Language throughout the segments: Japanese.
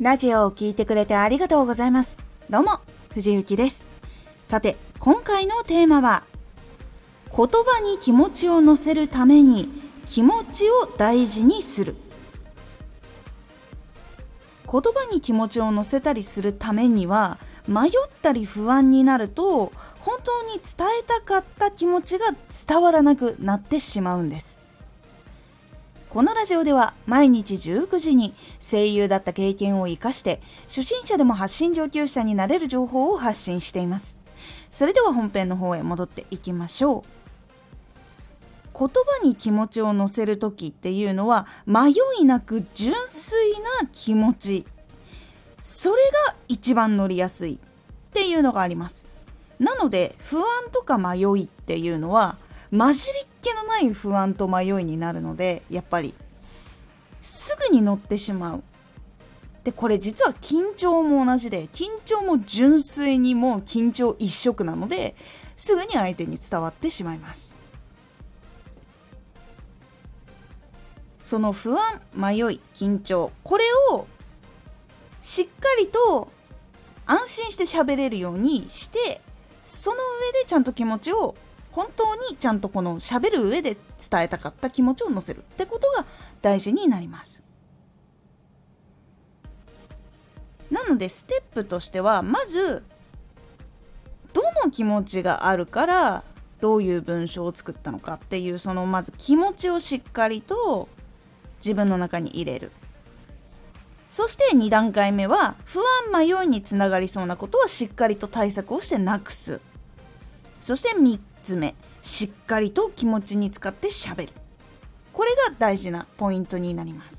ラジオを聞いてくれてありがとうございます。どうも、藤幸です。さて、今回のテーマは、言葉に気持ちを乗せるために気持ちを大事にする。言葉に気持ちを乗せたりするためには、迷ったり不安になると、本当に伝えたかった気持ちが伝わらなくなってしまうんです。このラジオでは毎日19時に声優だった経験を生かして初心者でも発信上級者になれる情報を発信しています。それでは本編の方へ戻っていきましょう。言葉に気持ちを乗せるときっていうのは迷いなく純粋な気持ち、それが一番乗りやすいっていうのがあります。なので不安とか迷いっていうのは混じりっ気のない不安と迷いになるので、やっぱりすぐに乗ってしまう。でこれ実は緊張も同じで、緊張も純粋にもう緊張一色なので、すぐに相手に伝わってしまいます。その不安、迷い、緊張、これをしっかりと安心して喋れるようにして、その上でちゃんと気持ちを本当にちゃんとこの喋る上で伝えたかった気持ちを乗せるってことが大事になります。なのでステップとしては、まずどの気持ちがあるからどういう文章を作ったのかっていう、そのまず気持ちをしっかりと自分の中に入れる。そして2段階目は不安迷いにつながりそうなことはしっかりと対策をしてなくす。そして3つ目、しっかりと気持ちに使って喋る。これが大事なポイントになります。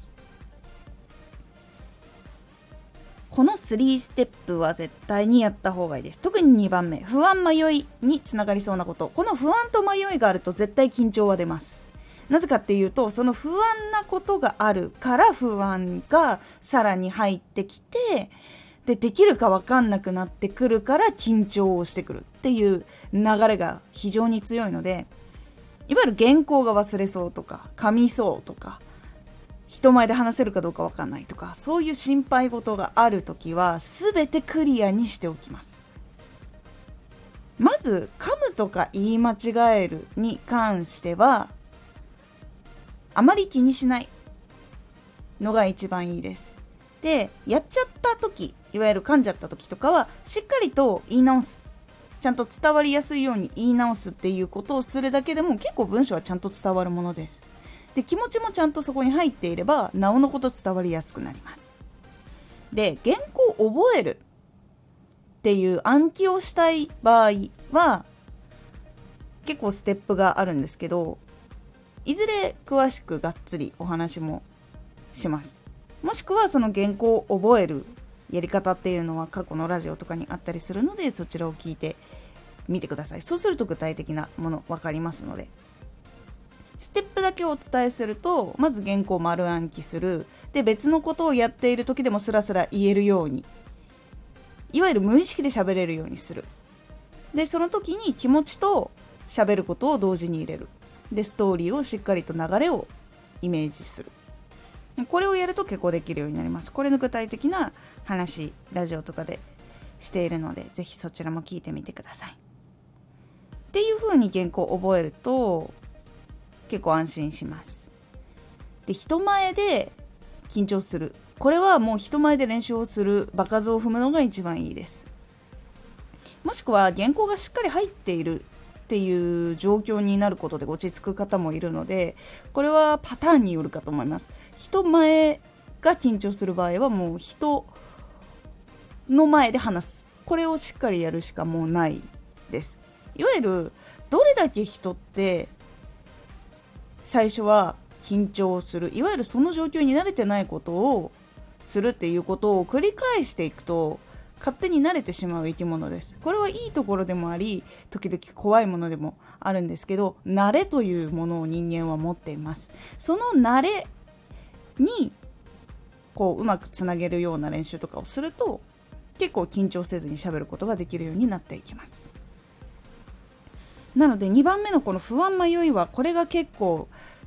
この3ステップは絶対にやった方がいいです。特に2番目、不安迷いにつながりそうなこと。この不安と迷いがあると絶対緊張は出ます。なぜかっていうと、その不安なことがあるから不安がさらに入ってきて、できるか分かんなくなってくるから緊張をしてくるっていう流れが非常に強いので、いわゆる原稿が忘れそうとか噛みそうとか人前で話せるかどうか分かんないとか、そういう心配事があるときは全てクリアにしておきます。まず噛むとか言い間違えるに関してはあまり気にしないのが一番いいです。で、やっちゃった時、いわゆる噛んじゃった時とかはしっかりと言い直す。ちゃんと伝わりやすいように言い直すっていうことをするだけでも結構文章はちゃんと伝わるものです。で、気持ちもちゃんとそこに入っていればなおのこと伝わりやすくなります。で、原稿を覚えるっていう暗記をしたい場合は結構ステップがあるんですけど、いずれ詳しくがっつりお話もします。もしくはその原稿を覚えるやり方っていうのは過去のラジオとかにあったりするので、そちらを聞いてみてください。そうすると具体的なもの分かりますので。ステップだけお伝えすると、まず原稿を丸暗記する。で、別のことをやっている時でもスラスラ言えるように、いわゆる無意識で喋れるようにする。で、その時に気持ちと喋ることを同時に入れる。で、ストーリーをしっかりと流れをイメージする。これをやると結構できるようになります。これの具体的な話、ラジオとかでしているので、ぜひそちらも聞いてみてください。っていう風に原稿を覚えると結構安心します。で、人前で緊張する。これはもう人前で練習をする、場数を踏むのが一番いいです。もしくは原稿がしっかり入っているっていう状況になることで落ち着く方もいるので、これはパターンによるかと思います。人前が緊張する場合はもう人の前で話す。これをしっかりやるしかもうないです。いわゆるどれだけ人って最初は緊張する、いわゆるその状況に慣れてないことをするっていうことを繰り返していくと勝手に慣れてしまう生き物です。これはいいところでもあり、時々怖いものでもあるんですけど、慣れというものを人間は持っています。その慣れにうまくつなげるような練習とかをすると、結構緊張せずに喋ることができるようになっていきます。なので2番目のこの不安迷いは、これが結構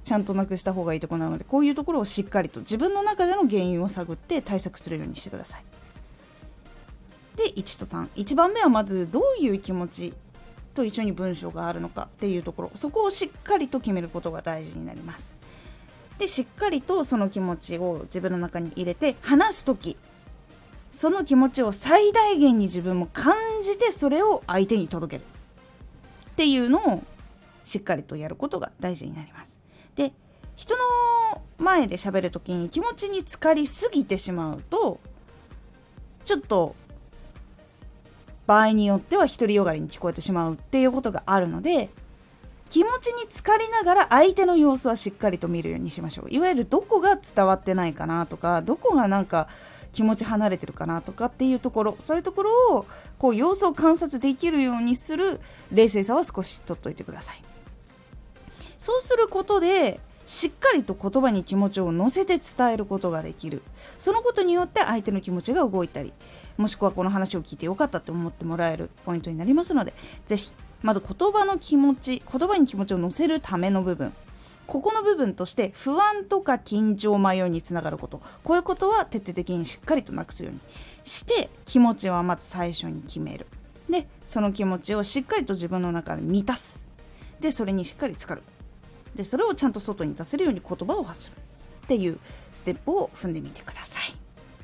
ちゃんとなくした方がいいところなので、こういうところをしっかりと自分の中での原因を探って対策するようにしてください。で、1と3、1番目はまずどういう気持ちと一緒に文章があるのかっていうところ、そこをしっかりと決めることが大事になります。で、しっかりとその気持ちを自分の中に入れて、話すときその気持ちを最大限に自分も感じて、それを相手に届けるっていうのをしっかりとやることが大事になります。で、人の前で喋るときに気持ちに浸かりすぎてしまうと、ちょっと場合によっては独りよがりに聞こえてしまうっていうことがあるので、気持ちに浸かりながら相手の様子はしっかりと見るようにしましょう。いわゆるどこが伝わってないかなとか、どこがなんか気持ち離れてるかなとかっていうところ、そういうところをこう様子を観察できるようにする冷静さは少し取っといてください。そうすることでしっかりと言葉に気持ちを乗せて伝えることができる。そのことによって相手の気持ちが動いたり、もしくはこの話を聞いてよかったって思ってもらえるポイントになりますので、ぜひまず言葉に気持ちを乗せるための部分、ここの部分として不安とか緊張迷いにつながること、こういうことは徹底的にしっかりとなくすようにして、気持ちはまず最初に決める。で、その気持ちをしっかりと自分の中で満たす。で、それにしっかり浸かる。で、それをちゃんと外に出せるように言葉を発するっていうステップを踏んでみてください。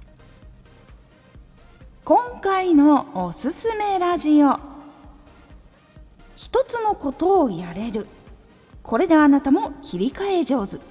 今回のおすすめラジオ、一つのことをやれる、これであなたも切り替え上手。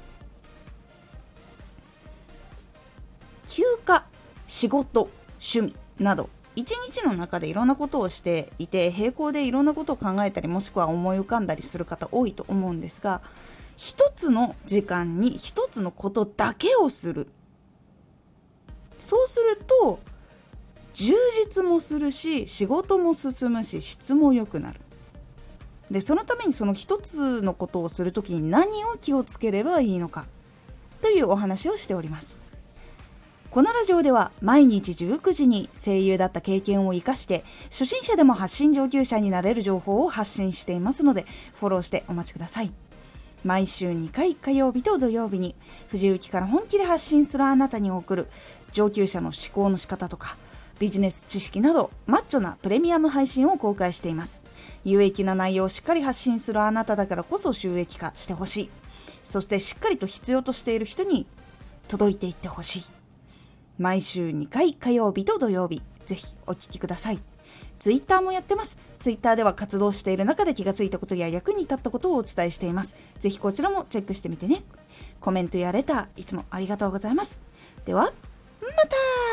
休暇、仕事、趣味など一日の中でいろんなことをしていて、並行でいろんなことを考えたり、もしくは思い浮かんだりする方多いと思うんですが、一つの時間に一つのことだけをする。そうすると充実もするし、仕事も進むし、質も良くなる。で、そのためにその一つのことをするときに何を気をつければいいのかというお話をしております。このラジオでは毎日19時に声優だった経験を生かして初心者でも発信上級者になれる情報を発信していますので、フォローしてお待ちください。毎週2回、火曜日と土曜日に藤雪から本気で発信するあなたに送る上級者の思考の仕方とかビジネス知識などマッチョなプレミアム配信を公開しています。有益な内容をしっかり発信するあなただからこそ収益化してほしい。そしてしっかりと必要としている人に届いていってほしい。毎週2回、火曜日と土曜日、ぜひお聞きください。ツイッターもやってます。ツイッターでは活動している中で気がついたことや役に立ったことをお伝えしています。ぜひこちらもチェックしてみてね。コメントやレターいつもありがとうございます。ではまた。